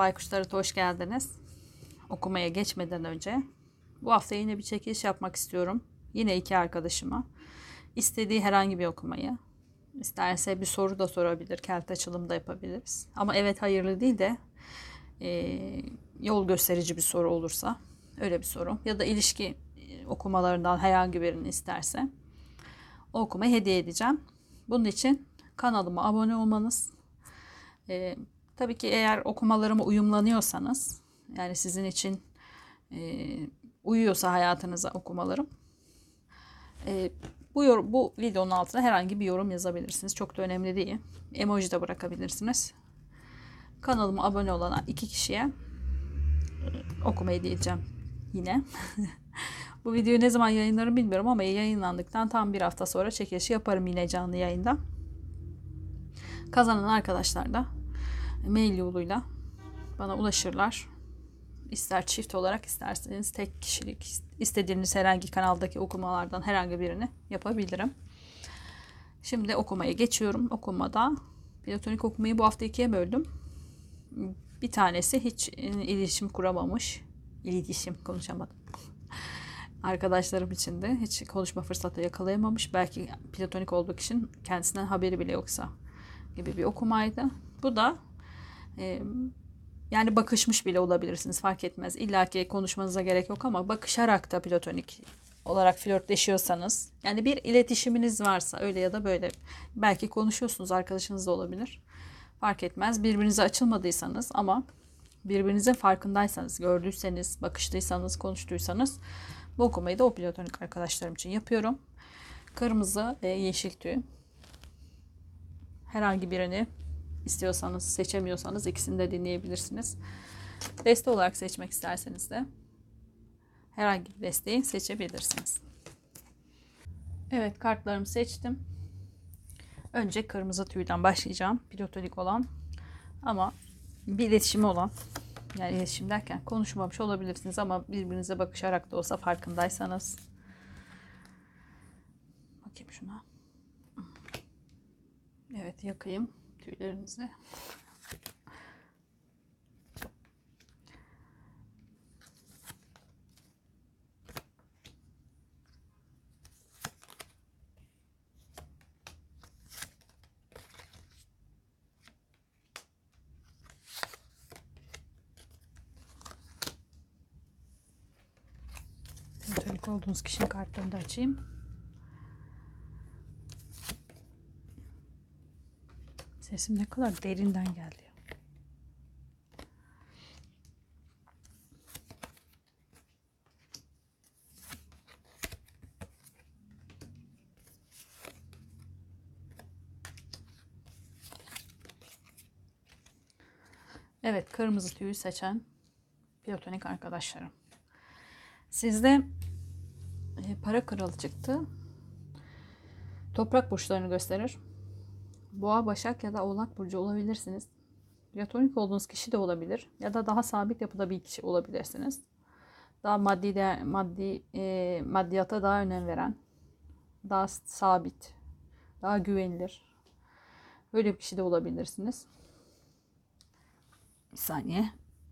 Baykuş Tarot'a hoş geldiniz. Okumaya geçmeden önce bu hafta yine bir çekiliş yapmak istiyorum. Yine iki arkadaşıma. İstediği herhangi bir okumayı. İsterse bir soru da sorabilir. Kelt açılımı da yapabiliriz. Ama evet hayırlı değil de yol gösterici bir soru olursa öyle bir soru. Ya da ilişki okumalarından herhangi birini isterse o okumayı hediye edeceğim. Bunun için kanalıma abone olmanız, e, tabii ki eğer okumalarıma uyumlanıyorsanız, yani sizin için e, uyuyorsa hayatınıza okumalarım, e, bu videonun altına herhangi bir yorum yazabilirsiniz. Çok da önemli değil. Emoji de bırakabilirsiniz. Kanalıma abone olan iki kişiye okuma hediye edeceğim yine. Bu videoyu ne zaman yayınlarım bilmiyorum ama yayınlandıktan tam bir hafta sonra çekilişi yaparım yine canlı yayında. Kazanan arkadaşlar da mail yoluyla bana ulaşırlar. İster çift olarak isterseniz tek kişilik, istediğiniz herhangi kanaldaki okumalardan herhangi birini yapabilirim. Şimdi okumaya geçiyorum. Okumada platonik okumayı bu hafta ikiye böldüm. Bir tanesi hiç iletişim kuramamış. İletişim konuşamadım. Arkadaşlarım için de hiç konuşma fırsatı yakalayamamış. Belki platonik olduğu için kendisinden haberi bile yoksa gibi bir okumaydı. Bu da yani bakışmış bile olabilirsiniz, fark etmez. İlla ki konuşmanıza gerek yok ama bakışarak da platonik olarak flörtleşiyorsanız, yani bir iletişiminiz varsa öyle ya da böyle, belki konuşuyorsunuz, arkadaşınız da olabilir. Fark etmez. Birbirinize açılmadıysanız ama birbirinizin farkındaysanız, gördüyseniz, bakıştıysanız, konuştuysanız bu okumayı da o platonik arkadaşlarım için yapıyorum. Kırmızı ve yeşil tüy. Herhangi birini istiyorsanız, seçemiyorsanız ikisini de dinleyebilirsiniz. Deste olarak seçmek isterseniz de herhangi bir desteği seçebilirsiniz. Evet, kartlarımı seçtim. Önce kırmızı tüyden başlayacağım. Platonik olan ama bir iletişimi olan, yani iletişim derken konuşmamış olabilirsiniz ama birbirinize bakışarak da olsa farkındaysanız. Bakayım şuna. Evet, yakayım tüylerinizi. Platonik olduğunuz kişinin kartlarını da açayım. Sesim ne kadar derinden geldi. Evet, kırmızı tüyü seçen platonik arkadaşlarım. Sizde para kralı çıktı. Toprak burçlarını gösterir. Boğa, Başak ya da Oğlak burcu olabilirsiniz. Platonik olduğunuz kişi de olabilir ya da daha sabit yapıda bir kişi olabilirsiniz. Daha maddiyata daha önem veren, daha sabit, daha güvenilir. Böyle bir kişi de olabilirsiniz. Bir saniye.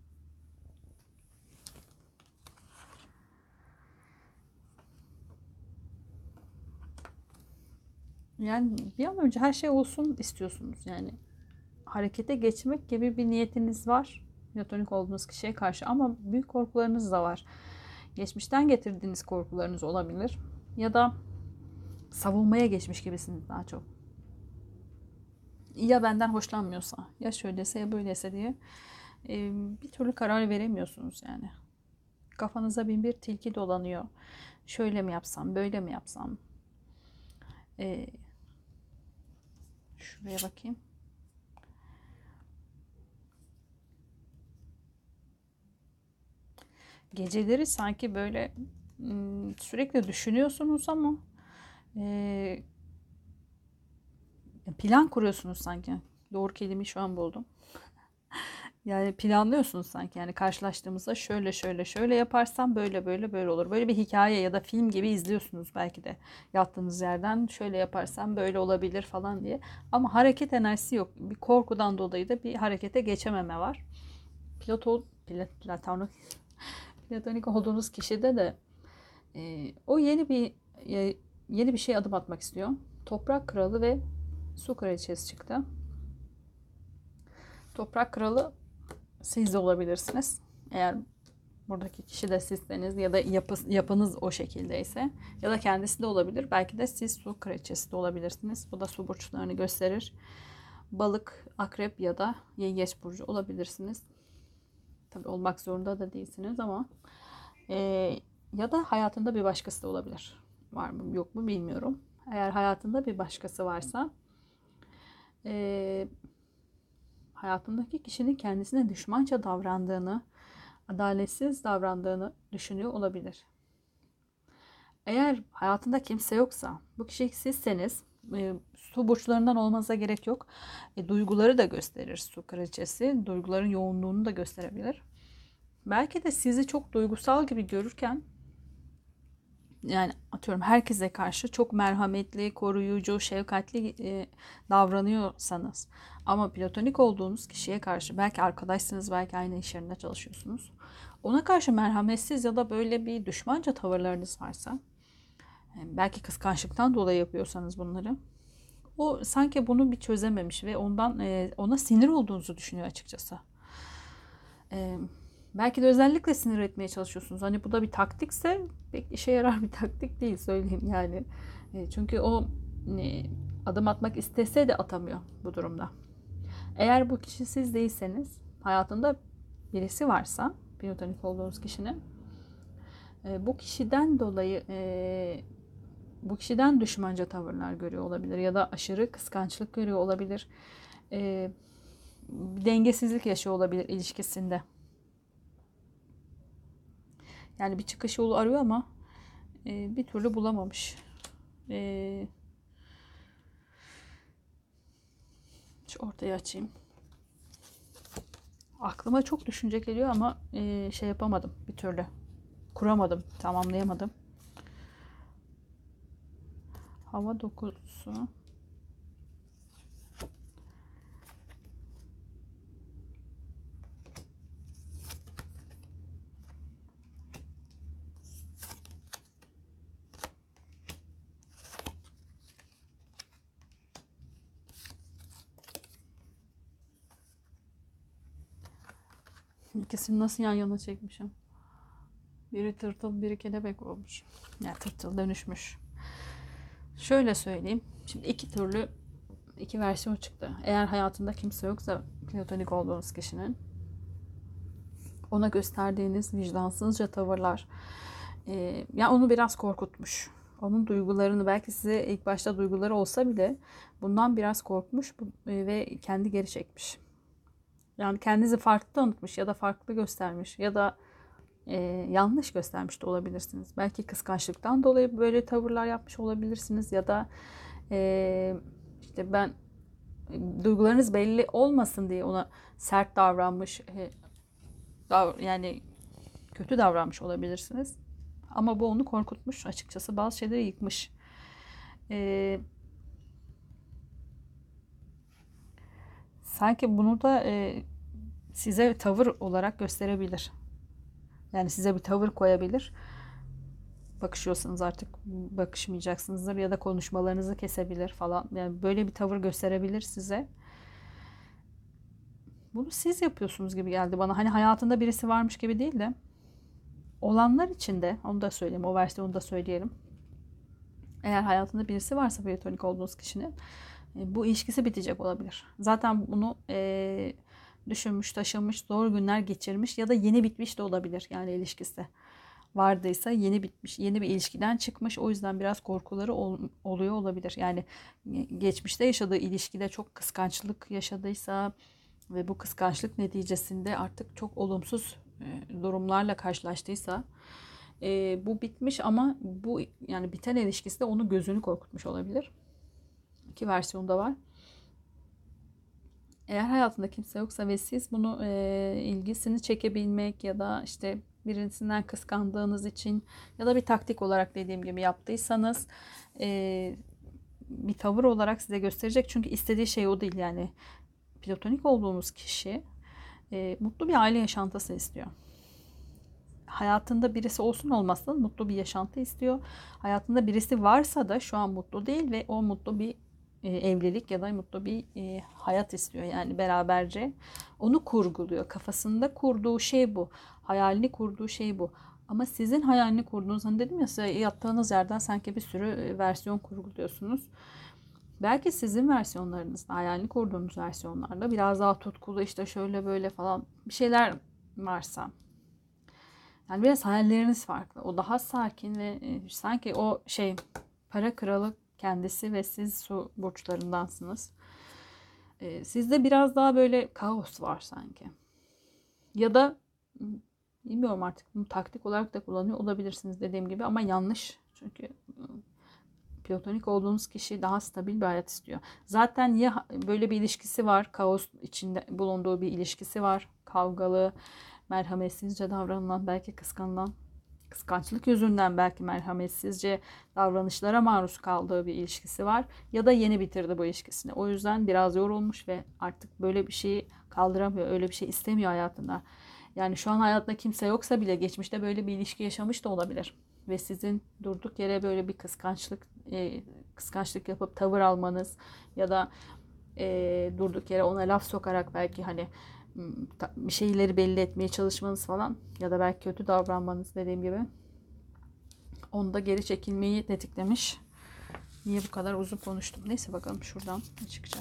Yani bir an önce her şey olsun istiyorsunuz. Yani harekete geçmek gibi bir niyetiniz var platonik olduğunuz kişiye karşı, ama büyük korkularınız da var. Geçmişten getirdiğiniz korkularınız olabilir ya da savunmaya geçmiş gibisiniz daha çok. Ya benden hoşlanmıyorsa, ya şöylese ya böylese diye bir türlü karar veremiyorsunuz yani. Kafanıza bin bir tilki dolanıyor. Şöyle mi yapsam, böyle mi yapsam? Şuraya bakayım. Geceleri sanki böyle sürekli düşünüyorsunuz ama plan kuruyorsunuz sanki. Doğru kelimeyi şu an buldum. Yani planlıyorsunuz sanki, yani karşılaştığımızda şöyle şöyle şöyle yaparsam böyle böyle böyle olur. Böyle bir hikaye ya da film gibi izliyorsunuz belki de yattığınız yerden, şöyle yaparsam böyle olabilir falan diye. Ama hareket enerjisi yok. Bir korkudan dolayı da bir harekete geçememe var. platonik, platonik olduğunuz kişide de o yeni bir şey adım atmak istiyor. Toprak kralı ve su kraliçesi çıktı. Toprak kralı siz de olabilirsiniz. Eğer buradaki kişi de sizseniz ya da yapınız o şekildeyse, ya da kendisi de olabilir. Belki de siz su kraliçesi de olabilirsiniz. Bu da su burçlarını gösterir. Balık, akrep ya da yengeç burcu olabilirsiniz. Tabii olmak zorunda da değilsiniz ama ya da hayatında bir başkası da olabilir. Var mı yok mu bilmiyorum. Eğer hayatında bir başkası varsa hayatındaki kişinin kendisine düşmanca davrandığını, adaletsiz davrandığını düşünüyor olabilir. Eğer hayatında kimse yoksa, bu kişi sizseniz, su burçlarından olmanıza gerek yok. Duyguları da gösterir su kraliçesi. Duyguların yoğunluğunu da gösterebilir. Belki de sizi çok duygusal gibi görürken, yani atıyorum herkese karşı çok merhametli, koruyucu, şefkatli davranıyorsanız, ama platonik olduğunuz kişiye karşı, belki arkadaşsınız, belki aynı iş yerinde çalışıyorsunuz, ona karşı merhametsiz ya da böyle bir düşmanca tavırlarınız varsa, belki kıskançlıktan dolayı yapıyorsanız bunları, o sanki bunu bir çözememiş ve ondan ona sinir olduğunuzu düşünüyor açıkçası. Belki de özellikle sinir etmeye çalışıyorsunuz. Hani bu da bir taktikse pek işe yarar bir taktik değil, söyleyeyim yani. Çünkü o adım atmak istese de atamıyor bu durumda. Eğer bu kişi siz değilseniz, hayatında birisi varsa, platonik olduğunuz kişinin, bu kişiden dolayı bu kişiden düşmanca tavırlar görüyor olabilir ya da aşırı kıskançlık görüyor olabilir. Dengesizlik yaşıyor olabilir ilişkisinde. Yani bir çıkış yolu arıyor ama bir türlü bulamamış. Şu ortaya açayım. Aklıma çok düşünce geliyor ama şey yapamadım bir türlü. Kuramadım, tamamlayamadım. Hava dokusu. İkisini nasıl yan yana çekmişim. Biri tırtıl, biri kelebek olmuş. Yani tırtıl dönüşmüş. Şöyle söyleyeyim. Şimdi iki versiyon çıktı. Eğer hayatında kimse yoksa, platonik olduğunuz kişinin, ona gösterdiğiniz vicdansızca tavırlar yani onu biraz korkutmuş. Onun duygularını, belki size ilk başta duyguları olsa bile bundan biraz korkmuş ve kendi geri çekmiş. Yani kendinizi farklı tanıtmış ya da farklı göstermiş ya da yanlış göstermiş de olabilirsiniz. Belki kıskançlıktan dolayı böyle tavırlar yapmış olabilirsiniz ya da işte duygularınız belli olmasın diye ona sert davranmış, yani kötü davranmış olabilirsiniz. Ama bu onu korkutmuş açıkçası, bazı şeyleri yıkmış. Sanki bunu da size tavır olarak gösterebilir. Yani size bir tavır koyabilir. Bakışıyorsanız artık bakışmayacaksınızdır ya da konuşmalarınızı kesebilir falan. Yani böyle bir tavır gösterebilir size. Bunu siz yapıyorsunuz gibi geldi bana. Hani hayatında birisi varmış gibi değil de olanlar için de, onu da söyleyeyim, o versiyonu da söyleyelim. Eğer hayatında birisi varsa, platonik olduğunuz kişinin, bu ilişkisi bitecek olabilir. Zaten bunu düşünmüş, taşınmış, zor günler geçirmiş ya da yeni bitmiş de olabilir yani ilişkisi. Vardıysa yeni bitmiş, yeni bir ilişkiden çıkmış. O yüzden biraz korkuları oluyor olabilir. Yani geçmişte yaşadığı ilişkide çok kıskançlık yaşadıysa ve bu kıskançlık neticesinde artık çok olumsuz durumlarla karşılaştıysa, bu bitmiş ama bu, yani biten ilişkisi de onun gözünü korkutmuş olabilir. İki versiyonu da var. Eğer hayatında kimse yoksa ve siz bunu ilgisini çekebilmek ya da işte birisinden kıskandığınız için ya da bir taktik olarak dediğim gibi yaptıysanız, bir tavır olarak size gösterecek. Çünkü istediği şey o değil yani. Platonik olduğunuz kişi Mutlu bir aile yaşantısı istiyor. Hayatında birisi olsun olmasın mutlu bir yaşantı istiyor. Hayatında birisi varsa da şu an mutlu değil ve o mutlu bir evlilik ya da mutlu bir hayat istiyor. Yani beraberce onu kurguluyor. Kafasında kurduğu şey bu. Hayalini kurduğu şey bu. Ama sizin hayalini kurduğunuz, hani dedim ya size, yattığınız yerden sanki bir sürü versiyon kurguluyorsunuz. Belki sizin versiyonlarınızda, hayalini kurduğunuz versiyonlarda biraz daha tutkulu, işte şöyle böyle falan bir şeyler varsa, yani biraz hayalleriniz farklı. O daha sakin ve sanki o şey, para kralı kendisi ve siz su burçlarındansınız. Sizde biraz daha böyle kaos var sanki. Ya da bilmiyorum, artık bunu taktik olarak da kullanıyor olabilirsiniz dediğim gibi, ama yanlış. Çünkü platonik olduğunuz kişi daha stabil bir hayat istiyor. Zaten ya böyle bir ilişkisi var, kaos içinde bulunduğu bir ilişkisi var. Kavgalı, merhametsizce davranılan, belki kıskanılan, kıskançlık yüzünden belki merhametsizce davranışlara maruz kaldığı bir ilişkisi var. Ya da yeni bitirdi bu ilişkisini. O yüzden biraz yorulmuş ve artık böyle bir şeyi kaldıramıyor. Öyle bir şey istemiyor hayatında. Yani şu an hayatında kimse yoksa bile geçmişte böyle bir ilişki yaşamış da olabilir. Ve sizin durduk yere böyle bir kıskançlık yapıp tavır almanız ya da durduk yere ona laf sokarak belki hani bir şeyleri belli etmeye çalışmanız falan, ya da belki kötü davranmanız, dediğim gibi onda geri çekilmeyi tetiklemiş. Niye bu kadar uzun konuştum? Neyse, bakalım şuradan ne çıkacak.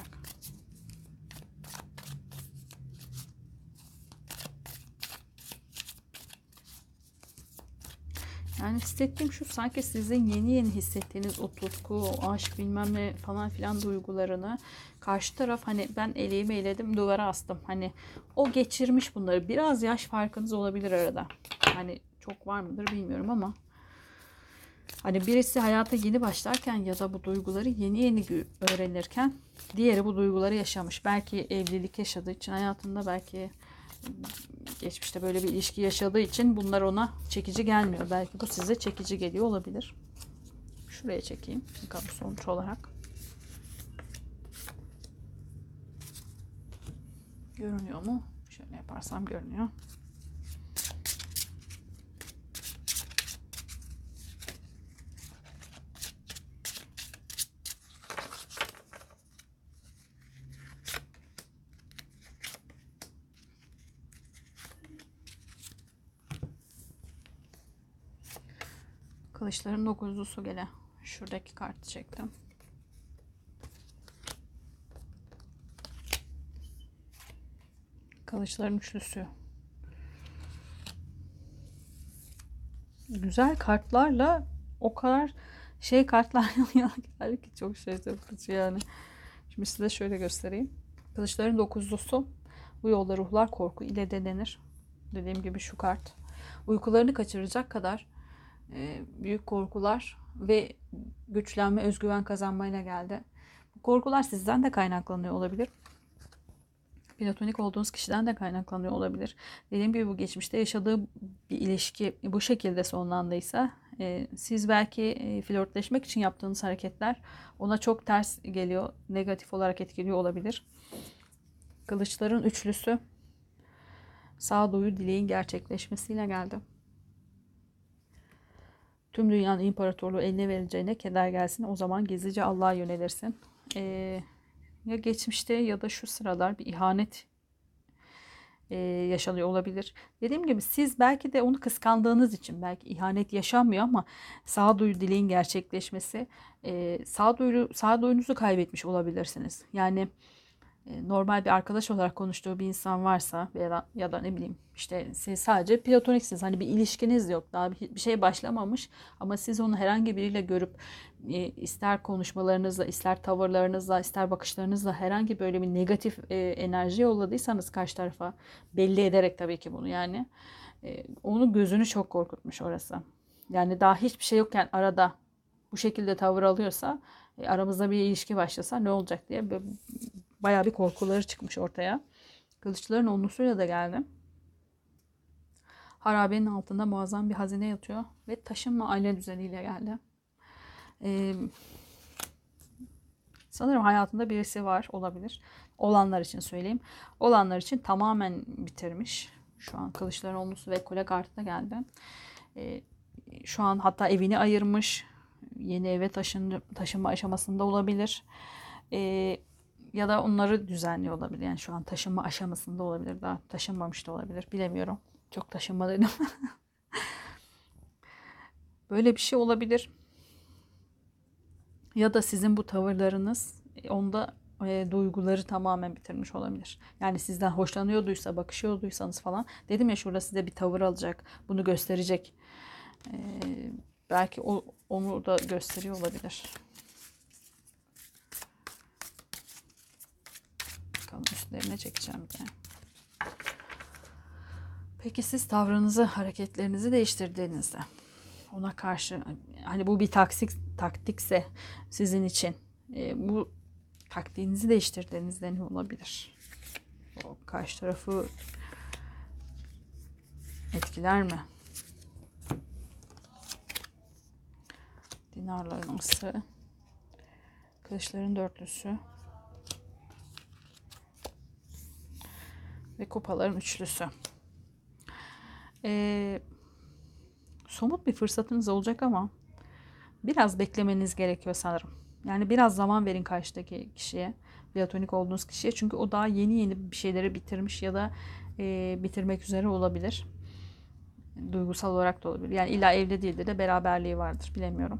Yani hissettiğim şu, sanki sizin yeni yeni hissettiğiniz o tutku, o aşk bilmem ne falan filan duygularını karşı taraf, hani ben eleğimi eledim duvara astım. Hani o geçirmiş bunları. Biraz yaş farkınız olabilir arada. Hani çok var mıdır bilmiyorum ama hani birisi hayata yeni başlarken ya da bu duyguları yeni yeni öğrenirken diğeri bu duyguları yaşamış. Belki evlilik yaşadığı için hayatında, belki geçmişte böyle bir ilişki yaşadığı için bunlar ona çekici gelmiyor. Belki bu size çekici geliyor olabilir. Şuraya çekeyim. Bakalım sonuç olarak. Görünüyor mu? Şöyle yaparsam görünüyor. Kılıçların dokuzlusu gele. Şuradaki kartı çektim. Kılıçların üçlüsü. Güzel kartlarla o kadar şey kartlar geldi ki çok şey yapıcı yani. Şimdi size şöyle göstereyim. Kılıçların dokuzlusu. Bu yolda ruhlar korku ile denenir. Dediğim gibi şu kart. Uykularını kaçıracak kadar büyük korkular ve güçlenme, özgüven kazanmayla geldi. Bu korkular sizden de kaynaklanıyor olabilir. Platonik olduğunuz kişiden de kaynaklanıyor olabilir. Dediğim gibi bu geçmişte yaşadığı bir ilişki bu şekilde sonlandıysa siz belki flörtleşmek için yaptığınız hareketler ona çok ters geliyor, negatif olarak etkiliyor olabilir. Kılıçların üçlüsü sağduyu dileğin gerçekleşmesiyle geldi. Tüm dünyanın imparatorluğu eline verileceğine keder gelsin. O zaman gizlice Allah'a yönelirsin. Ya geçmişte ya da şu sıralar bir ihanet yaşanıyor olabilir. Dediğim gibi siz belki de onu kıskandığınız için belki ihanet yaşanmıyor ama sağduyu dileğin gerçekleşmesi, sağduyunuzu kaybetmiş olabilirsiniz. Yani normal bir arkadaş olarak konuştuğu bir insan varsa ya da ne bileyim, işte siz sadece platoniksiniz. Hani bir ilişkiniz yok. Daha bir şey başlamamış ama siz onu herhangi biriyle görüp ister konuşmalarınızla, ister tavırlarınızla, ister bakışlarınızla herhangi böyle bir negatif enerji yolladıysanız karşı tarafa, belli ederek tabii ki bunu, yani onun gözünü çok korkutmuş orası. Yani daha hiçbir şey yokken arada bu şekilde tavır alıyorsa, aramızda bir ilişki başlasa ne olacak diye bayağı bir korkuları çıkmış ortaya. Kılıçların onlusuyla da geldi. Harabenin altında muazzam bir hazine yatıyor ve taşınma aile düzeniyle geldi. Sanırım hayatında birisi var, olabilir. Olanlar için söyleyeyim. Olanlar için tamamen bitirmiş. Şu an kılıçların onlusu ve kule kartı da geldi. Şu an hatta evini ayırmış. Yeni eve taşınma aşamasında olabilir. Ya da onları düzenliyor olabilir. Yani şu an taşınma aşamasında olabilir. Daha taşınmamış da olabilir. Bilemiyorum. Çok taşınma dedim. Böyle bir şey olabilir. Ya da sizin bu tavırlarınız onda duyguları tamamen bitirmiş olabilir. Yani sizden hoşlanıyorduysa, bakışıyorduysanız falan. Dedim ya, şurada size bir tavır alacak. Bunu gösterecek. Belki onu da gösteriyor olabilir. Bakalım, üstlerine çekeceğim bir de. Peki siz tavrınızı, hareketlerinizi değiştirdiğinizde, ona karşı, hani bu bir taktikse sizin için, bu taktiğinizi değiştirdiğinizde ne olabilir? O karşı tarafı etkiler mi? Dinarların ası, kılıçların dörtlüsü ve kupaların üçlüsü. Somut bir fırsatınız olacak ama biraz beklemeniz gerekiyor sanırım. Yani biraz zaman verin karşıdaki kişiye, platonik olduğunuz kişiye. Çünkü o daha yeni bir şeyleri bitirmiş ya da bitirmek üzere olabilir. Duygusal olarak da olabilir. Yani illa evli değildir de beraberliği vardır. Bilemiyorum.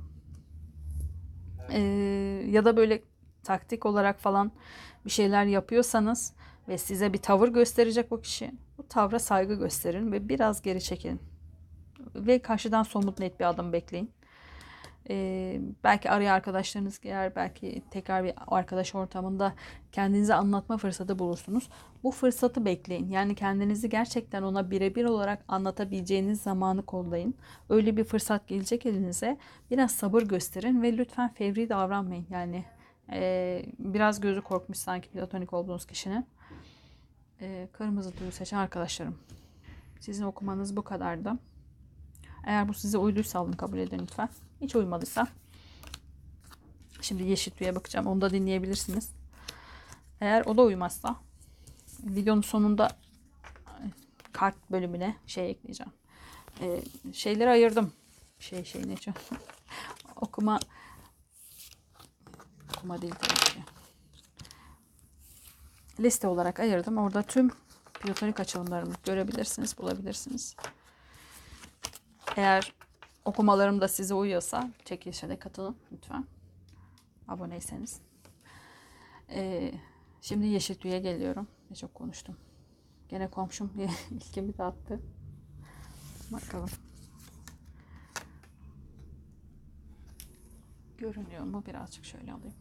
Ya da böyle taktik olarak falan bir şeyler yapıyorsanız ve size bir tavır gösterecek o kişi, bu tavra saygı gösterin ve biraz geri çekilin. Ve karşıdan somut, net bir adım bekleyin. Belki araya arkadaşlarınız girer, belki tekrar bir arkadaş ortamında kendinizi anlatma fırsatı bulursunuz. Bu fırsatı bekleyin. Yani kendinizi gerçekten ona birebir olarak anlatabileceğiniz zamanı kollayın. Öyle bir fırsat gelecek elinize. Biraz sabır gösterin ve lütfen fevri davranmayın. Yani biraz gözü korkmuş sanki platonik olduğunuz kişinin. Kırmızı tüyü seçen arkadaşlarım, sizin okumanız bu kadardı. Eğer bu size uyduysa alın, kabul edin lütfen. Hiç uymadıysa şimdi yeşil tüye bakacağım. Onu da dinleyebilirsiniz. Eğer o da uymazsa videonun sonunda kart bölümüne şey ekleyeceğim. Şeyleri ayırdım. Ne için? okuma değil tabii ki. Liste olarak ayırdım. Orada tüm platonik açılımlarımı görebilirsiniz, bulabilirsiniz. Eğer okumalarım da size uyuyorsa çekilişe de katılın lütfen. Aboneyseniz. Şimdi yeşil tüye geliyorum. Ne çok konuştum. Gene komşum ilkimi dağıttı. Bakalım. Görünüyor mu? Birazcık şöyle alayım.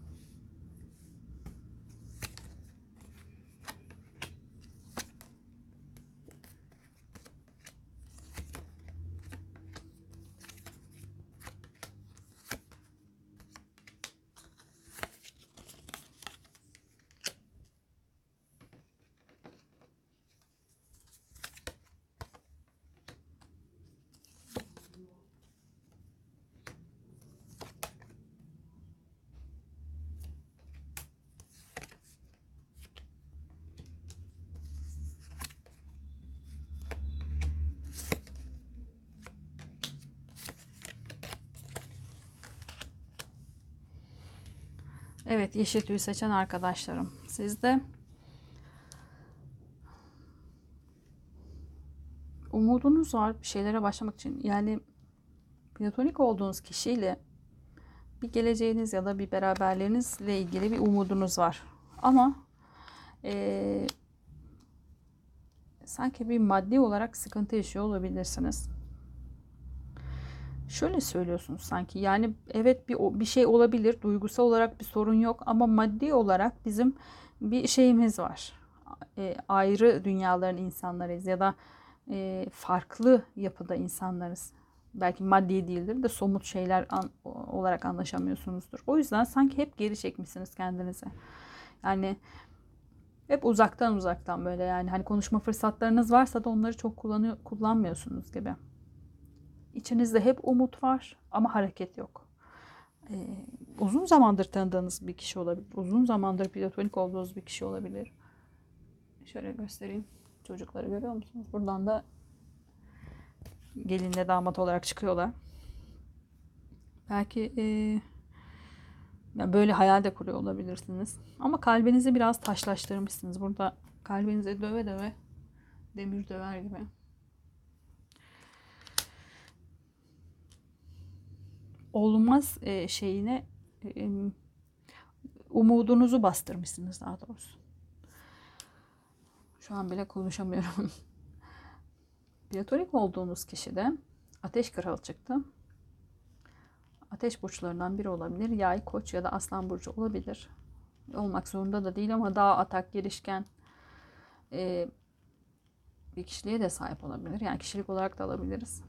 Evet, yeşil tüyü seçen arkadaşlarım, sizde umudunuz var bir şeylere başlamak için. Yani platonik olduğunuz kişiyle bir geleceğiniz ya da bir beraberliğinizle ilgili bir umudunuz var. Ama sanki bir maddi olarak sıkıntı yaşıyor olabilirsiniz. Şöyle söylüyorsunuz sanki, yani evet bir şey olabilir, duygusal olarak bir sorun yok ama maddi olarak bizim bir şeyimiz var. Ayrı dünyaların insanlarıyız ya da farklı yapıda insanlarız. Belki maddi değildir de somut şeyler olarak anlaşamıyorsunuzdur. O yüzden sanki hep geri çekmişsiniz kendinize. Yani hep uzaktan böyle, yani hani konuşma fırsatlarınız varsa da onları çok kullanmıyorsunuz gibi. İçinizde hep umut var ama hareket yok. Uzun zamandır tanıdığınız bir kişi olabilir. Uzun zamandır platonik olduğunuz bir kişi olabilir. Şöyle göstereyim. Çocukları görüyor musunuz? Buradan da gelinle damat olarak çıkıyorlar. Belki yani böyle hayal de kuruyor olabilirsiniz. Ama kalbinizi biraz taşlaştırmışsınız. Burada kalbinize döve döve demir döver gibi. Olmaz şeyine umudunuzu bastırmışsınız daha doğrusu. Şu an bile konuşamıyorum. Platonik olduğunuz kişide ateş kralı çıktı. Ateş burçlarından biri olabilir. Yay, Koç ya da Aslan burcu olabilir. Olmak zorunda da değil ama daha atak, girişken bir kişiliğe de sahip olabilir. Yani kişilik olarak da alabiliriz.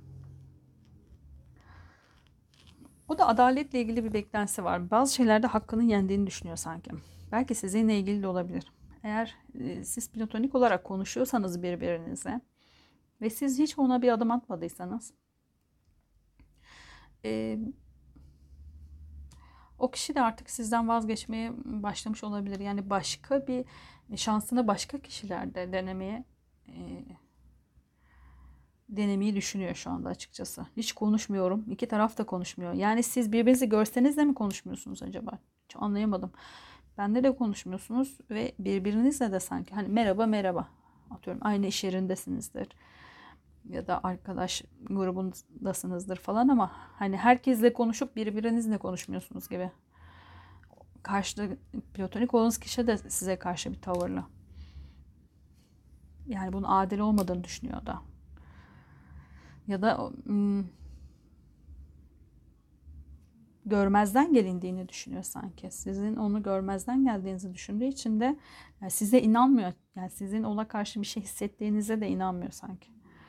O da adaletle ilgili bir beklentisi var. Bazı şeylerde hakkını yendiğini düşünüyor sanki. Belki sizinle ilgili de olabilir. Eğer siz platonik olarak konuşuyorsanız birbirinize ve siz hiç ona bir adım atmadıysanız o kişi de artık sizden vazgeçmeye başlamış olabilir. Yani başka bir şansını başka kişilerde denemeyi düşünüyor şu anda açıkçası. Hiç konuşmuyorum. İki taraf da konuşmuyor. Yani siz birbirinizi görseniz de mi konuşmuyorsunuz acaba? Hiç anlayamadım. Bende de konuşmuyorsunuz ve birbirinizle de sanki hani merhaba merhaba atıyorum aynı iş yerindesinizdir ya da arkadaş grubundasınızdır falan ama hani herkesle konuşup birbirinizle konuşmuyorsunuz gibi. Karşıda platonik olduğunuz kişi de size karşı bir tavırla. Yani bunun adil olmadığını düşünüyor da. Ya da görmezden gelindiğini düşünüyor sanki. Sizin onu görmezden geldiğinizi düşündüğü için de yani size inanmıyor. Yani sizin ona karşı bir şey hissettiğinize de inanmıyor sanki.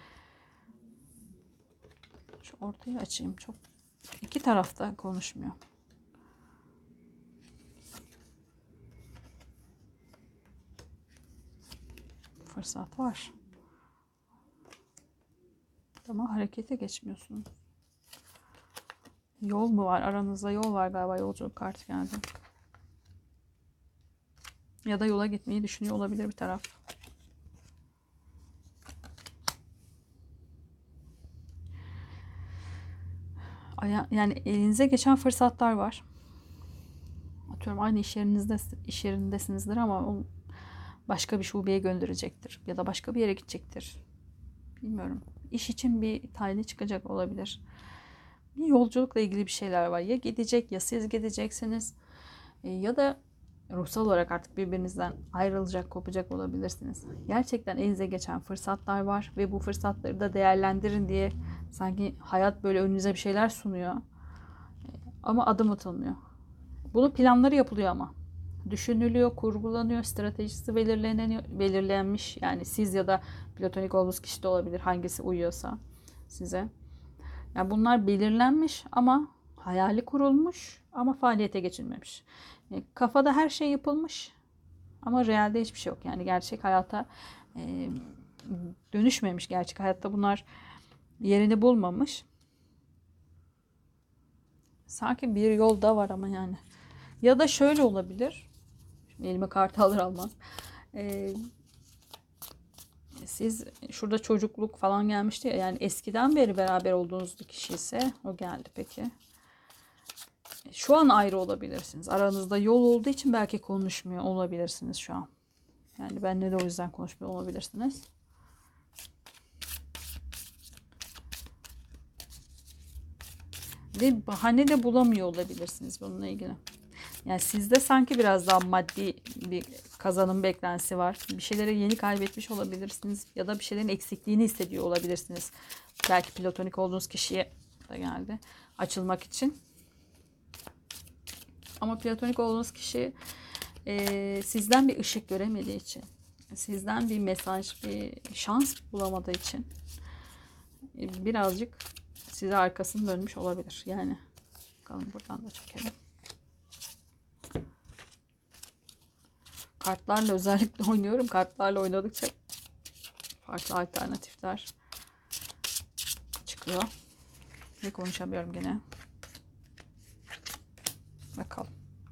Şu ortayı açayım. Çok iki tarafta konuşmuyor. Fırsat var. Ama harekete geçmiyorsunuz. Yol mu var? Aranızda yol var galiba. Yolculuk kartı geldi. Ya da yola gitmeyi düşünüyor olabilir bir taraf. Yani elinize geçen fırsatlar var. Atıyorum aynı iş yerindesinizdir ama o başka bir şubeye gönderecektir. Ya da başka bir yere gidecektir. Bilmiyorum. İş için bir tayini çıkacak olabilir. Bir yolculukla ilgili bir şeyler var. Ya gidecek ya siz gideceksiniz. Ya da ruhsal olarak artık birbirinizden ayrılacak, kopacak olabilirsiniz. Gerçekten elinize geçen fırsatlar var ve bu fırsatları da değerlendirin diye sanki hayat böyle önünüze bir şeyler sunuyor. Ama adım atılmıyor. Bunun planları yapılıyor ama. Düşünülüyor, kurgulanıyor, stratejisi belirlenmiş. Yani siz ya da platonik olduğunuz kişi de olabilir. Hangisi uyuyorsa size. Yani bunlar belirlenmiş ama hayali kurulmuş ama faaliyete geçilmemiş. Kafada her şey yapılmış ama realde hiçbir şey yok. Yani gerçek hayata dönüşmemiş. Gerçek hayatta bunlar yerini bulmamış. Sanki bir yol da var ama yani. Ya da şöyle olabilir. Şimdi elime kartı alır almaz. Siz şurada çocukluk falan gelmişti ya. Yani eskiden beri beraber olduğunuz bir kişi ise o geldi peki. Şu an ayrı olabilirsiniz. Aranızda yol olduğu için belki konuşmuyor olabilirsiniz şu an. Yani benle de o yüzden konuşmuyor olabilirsiniz. Ve bahane de bulamıyor olabilirsiniz bununla ilgili. Yani sizde sanki biraz daha maddi bir kazanım beklentisi var. Bir şeyleri yeni kaybetmiş olabilirsiniz. Ya da bir şeylerin eksikliğini hissediyor olabilirsiniz. Belki platonik olduğunuz kişiye de geldi. Açılmak için. Ama platonik olduğunuz kişi sizden bir ışık göremediği için, sizden bir mesaj, bir şans bulamadığı için birazcık size arkasını dönmüş olabilir. Yani bakalım buradan da çekelim. Kartlarla özellikle oynuyorum. Kartlarla oynadıkça farklı alternatifler çıkıyor. Ve konuşamıyorum gene. Bakalım.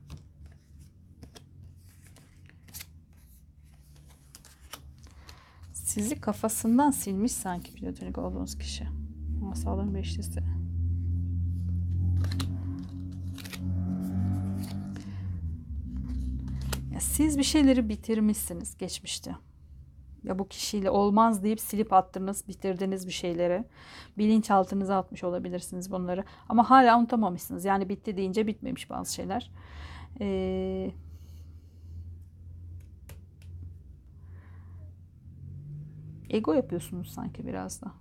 Sizi kafasından silmiş sanki platonik olduğunuz kişi. Asaların beşlisi. Ya siz bir şeyleri bitirmişsiniz geçmişte. Ya bu kişiyle olmaz deyip silip attınız, bitirdiniz bir şeyleri. Bilinçaltınıza atmış olabilirsiniz bunları. Ama hala unutamamışsınız. Yani bitti deyince bitmemiş bazı şeyler. Ego yapıyorsunuz sanki biraz da.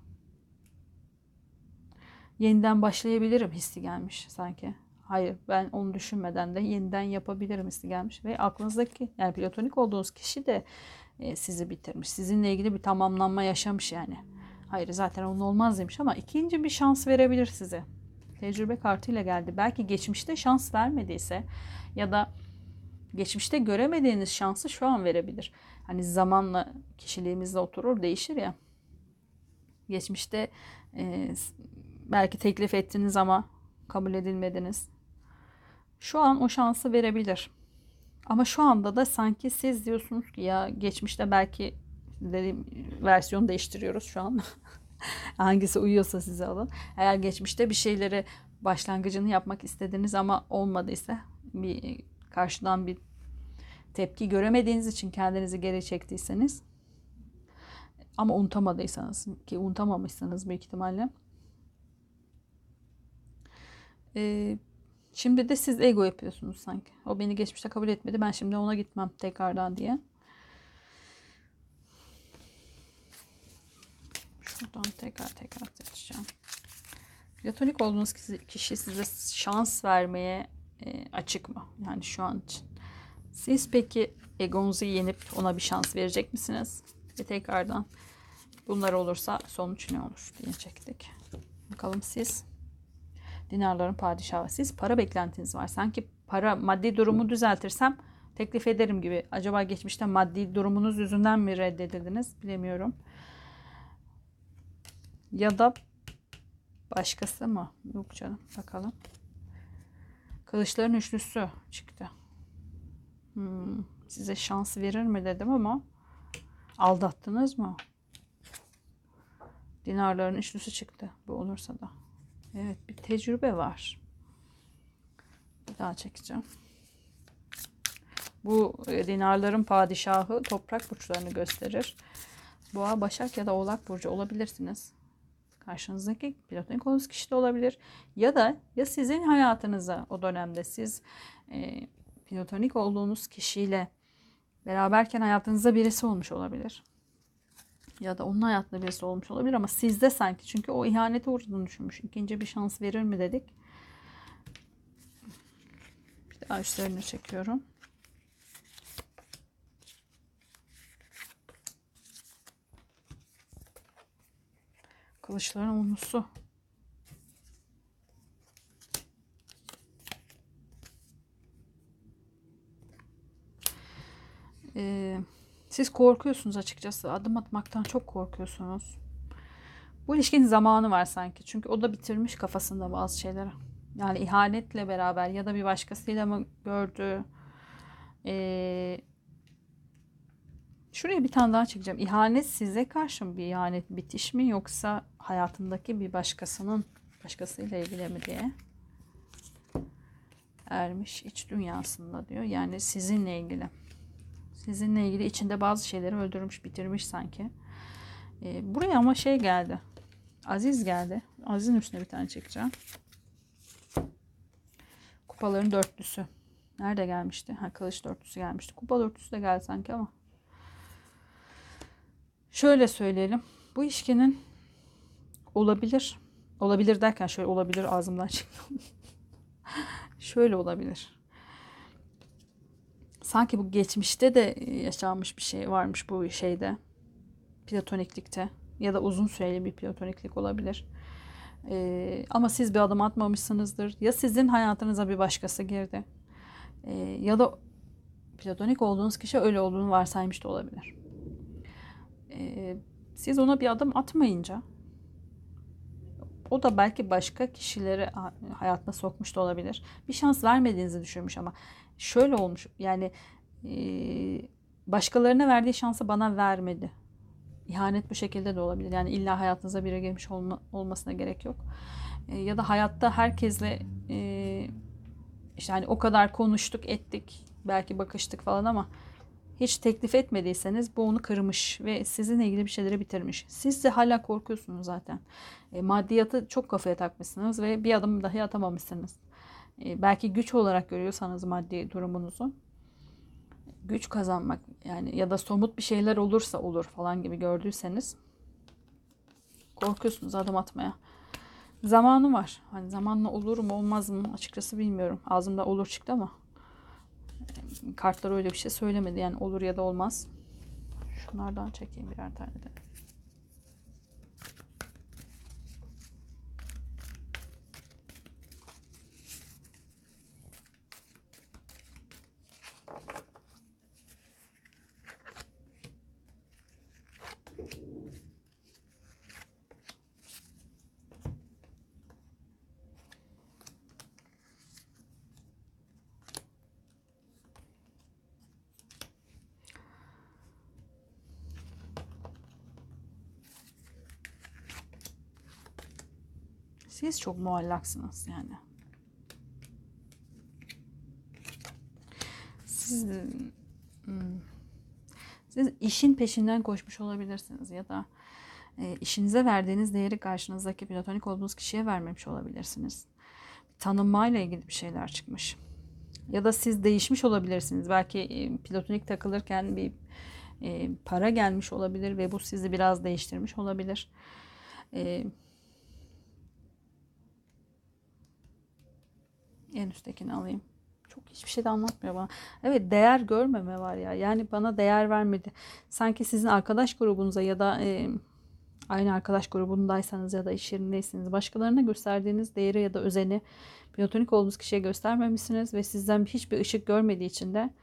Yeniden başlayabilirim hissi gelmiş sanki. Hayır, ben onu düşünmeden de yeniden yapabilirim hissi gelmiş. Ve aklınızdaki, yani platonik olduğunuz kişi de sizi bitirmiş. Sizinle ilgili bir tamamlanma yaşamış yani. Hayır, zaten onun olmaz demiş ama ikinci bir şans verebilir size. Tecrübe kartıyla geldi. Belki geçmişte şans vermediyse ya da geçmişte göremediğiniz şansı şu an verebilir. Hani zamanla kişiliğimizle oturur, değişir ya. Geçmişte belki teklif ettiniz ama kabul edilmediniz. Şu an o şansı verebilir. Ama şu anda da sanki siz diyorsunuz ki ya geçmişte belki dediğim versiyon değiştiriyoruz şu an. Hangisi uyuyorsa size alın. Eğer geçmişte bir şeyleri başlangıcını yapmak istediniz ama olmadıysa bir karşıdan bir tepki göremediğiniz için kendinizi geri çektiyseniz ama unutamadıysanız ki unutamamışsınız büyük ihtimalle. Şimdi de siz ego yapıyorsunuz sanki. O beni geçmişte kabul etmedi. Ben şimdi ona gitmem tekrardan diye. Şuradan tekrar seçeceğim. Platonik olduğunuz kişi size şans vermeye açık mı? Yani şu an için. Siz peki egonuzu yenip ona bir şans verecek misiniz? Ve tekrardan bunlar olursa sonuç ne olur diye çektik. Bakalım siz. Dinarların padişahı. Siz para beklentiniz var. Sanki maddi durumu düzeltirsem teklif ederim gibi. Acaba geçmişte maddi durumunuz yüzünden mi reddedildiniz? Bilemiyorum. Ya da başkası mı? Yok canım. Bakalım. Kılıçların üçlüsü çıktı. Size şans verir mi dedim ama aldattınız mı? Dinarların üçlüsü çıktı. Bu olursa da. Evet, bir tecrübe var. Bir daha çekeceğim. Bu dinarların padişahı toprak burçlarını gösterir. Boğa, Başak ya da Oğlak burcu olabilirsiniz. Karşınızdaki platonik olduğunuz kişi de olabilir. Ya da sizin hayatınıza o dönemde siz platonik olduğunuz kişiyle beraberken hayatınızda birisi olmuş olabilir. Ya da onun hayatında birisi olmuş olabilir ama sizde sanki. Çünkü o ihanete uğradığını düşünmüş. İkinci bir şans verir mi dedik. Bir daha üstlerini çekiyorum. Kılıçların onlusu. Siz korkuyorsunuz açıkçası. Adım atmaktan çok korkuyorsunuz. Bu ilişkinin zamanı var sanki. Çünkü o da bitirmiş kafasında bazı şeyleri. Yani ihanetle beraber ya da bir başkasıyla mı gördü? Şuraya bir tane daha çekeceğim. İhanet size karşı mı bir ihanet, bitiş mi yoksa hayatındaki bir başkasıyla ilgili mi diye. Ermiş iç dünyasında diyor. Yani sizinle ilgili. Sizinle ilgili içinde bazı şeyleri öldürmüş, bitirmiş sanki. Buraya ama şey geldi. Aziz geldi. Aziz'in üstüne bir tane çekeceğim. Kupaların dörtlüsü. Nerede gelmişti? Kılıç dörtlüsü gelmişti. Kupa dörtlüsü de geldi sanki ama. Şöyle söyleyelim. Bu ilişkinin olabilir. Olabilir derken şöyle olabilir ağzımdan çıktı. Şöyle olabilir. Sanki bu geçmişte de yaşanmış bir şey varmış bu şeyde. Platoniklikte. Ya da uzun süreli bir platoniklik olabilir. Ama siz bir adım atmamışsınızdır. Ya sizin hayatınıza bir başkası girdi. Ya da platonik olduğunuz kişi öyle olduğunu varsaymış da olabilir. Siz ona bir adım atmayınca O da belki başka kişileri hayatına sokmuş da olabilir. Bir şans vermediğinizi düşünmüş ama şöyle olmuş yani başkalarına verdiği şansı bana vermedi. İhanet bu şekilde de olabilir. Yani illa hayatınıza biri girmiş olmasına gerek yok. Ya da hayatta herkesle işte hani o kadar konuştuk ettik belki bakıştık falan ama hiç teklif etmediyseniz bu onu kırmış ve sizinle ilgili bir şeyleri bitirmiş. Siz de hala korkuyorsunuz zaten. Maddiyatı çok kafaya takmışsınız ve bir adım dahi atamamışsınız. Belki güç olarak görüyorsanız maddi durumunuzu, güç kazanmak yani ya da somut bir şeyler olursa olur falan gibi gördüyseniz korkuyorsunuz adım atmaya. Zamanı var. Hani zamanla olur mu olmaz mı açıkçası bilmiyorum. Ağzımda olur çıktı ama kartlar öyle bir şey söylemedi. Yani olur ya da olmaz. Şunlardan çekeyim birer tane de. Siz çok muallaksınız yani. Siz, siz işin peşinden koşmuş olabilirsiniz ya da işinize verdiğiniz değeri karşınızdaki platonik olduğunuz kişiye vermemiş olabilirsiniz. Tanınmayla ilgili bir şeyler çıkmış. Ya da siz değişmiş olabilirsiniz. Belki platonik takılırken bir para gelmiş olabilir ve bu sizi biraz değiştirmiş olabilir. En üsttekini alayım. Çok hiçbir şey de anlatmıyor bana. Evet, değer görmeme var ya. Yani bana değer vermedi. Sanki sizin arkadaş grubunuza ya da aynı arkadaş grubundaysanız ya da iş yerindeyseniz başkalarına gösterdiğiniz değeri ya da özeni platonik olduğunuz kişiye göstermemişsiniz ve sizden hiçbir ışık görmediği için de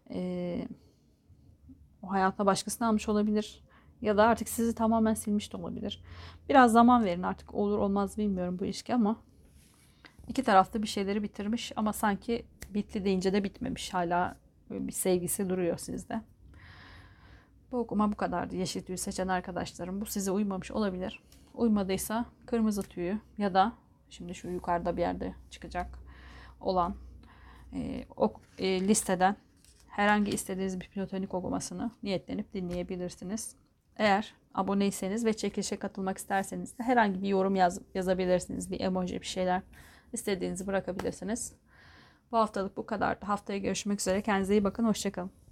o hayatına başkasını almış olabilir. Ya da artık sizi tamamen silmiş de olabilir. Biraz zaman verin artık olur olmaz bilmiyorum bu ilişki ama İki tarafta bir şeyleri bitirmiş ama sanki bitti deyince de bitmemiş. Hala bir sevgisi duruyor sizde. Bu okuma bu kadardı. Yeşil tüyü seçen arkadaşlarım. Bu size uymamış olabilir. Uymadıysa kırmızı tüyü ya da şimdi şu yukarıda bir yerde çıkacak olan listeden herhangi istediğiniz bir platonik okumasını niyetlenip dinleyebilirsiniz. Eğer aboneyseniz ve çekilişe katılmak isterseniz de herhangi bir yorum yazabilirsiniz. Bir emoji bir şeyler istediğinizi bırakabilirsiniz. Bu haftalık bu kadardı. Haftaya görüşmek üzere. Kendinize iyi bakın. Hoşçakalın.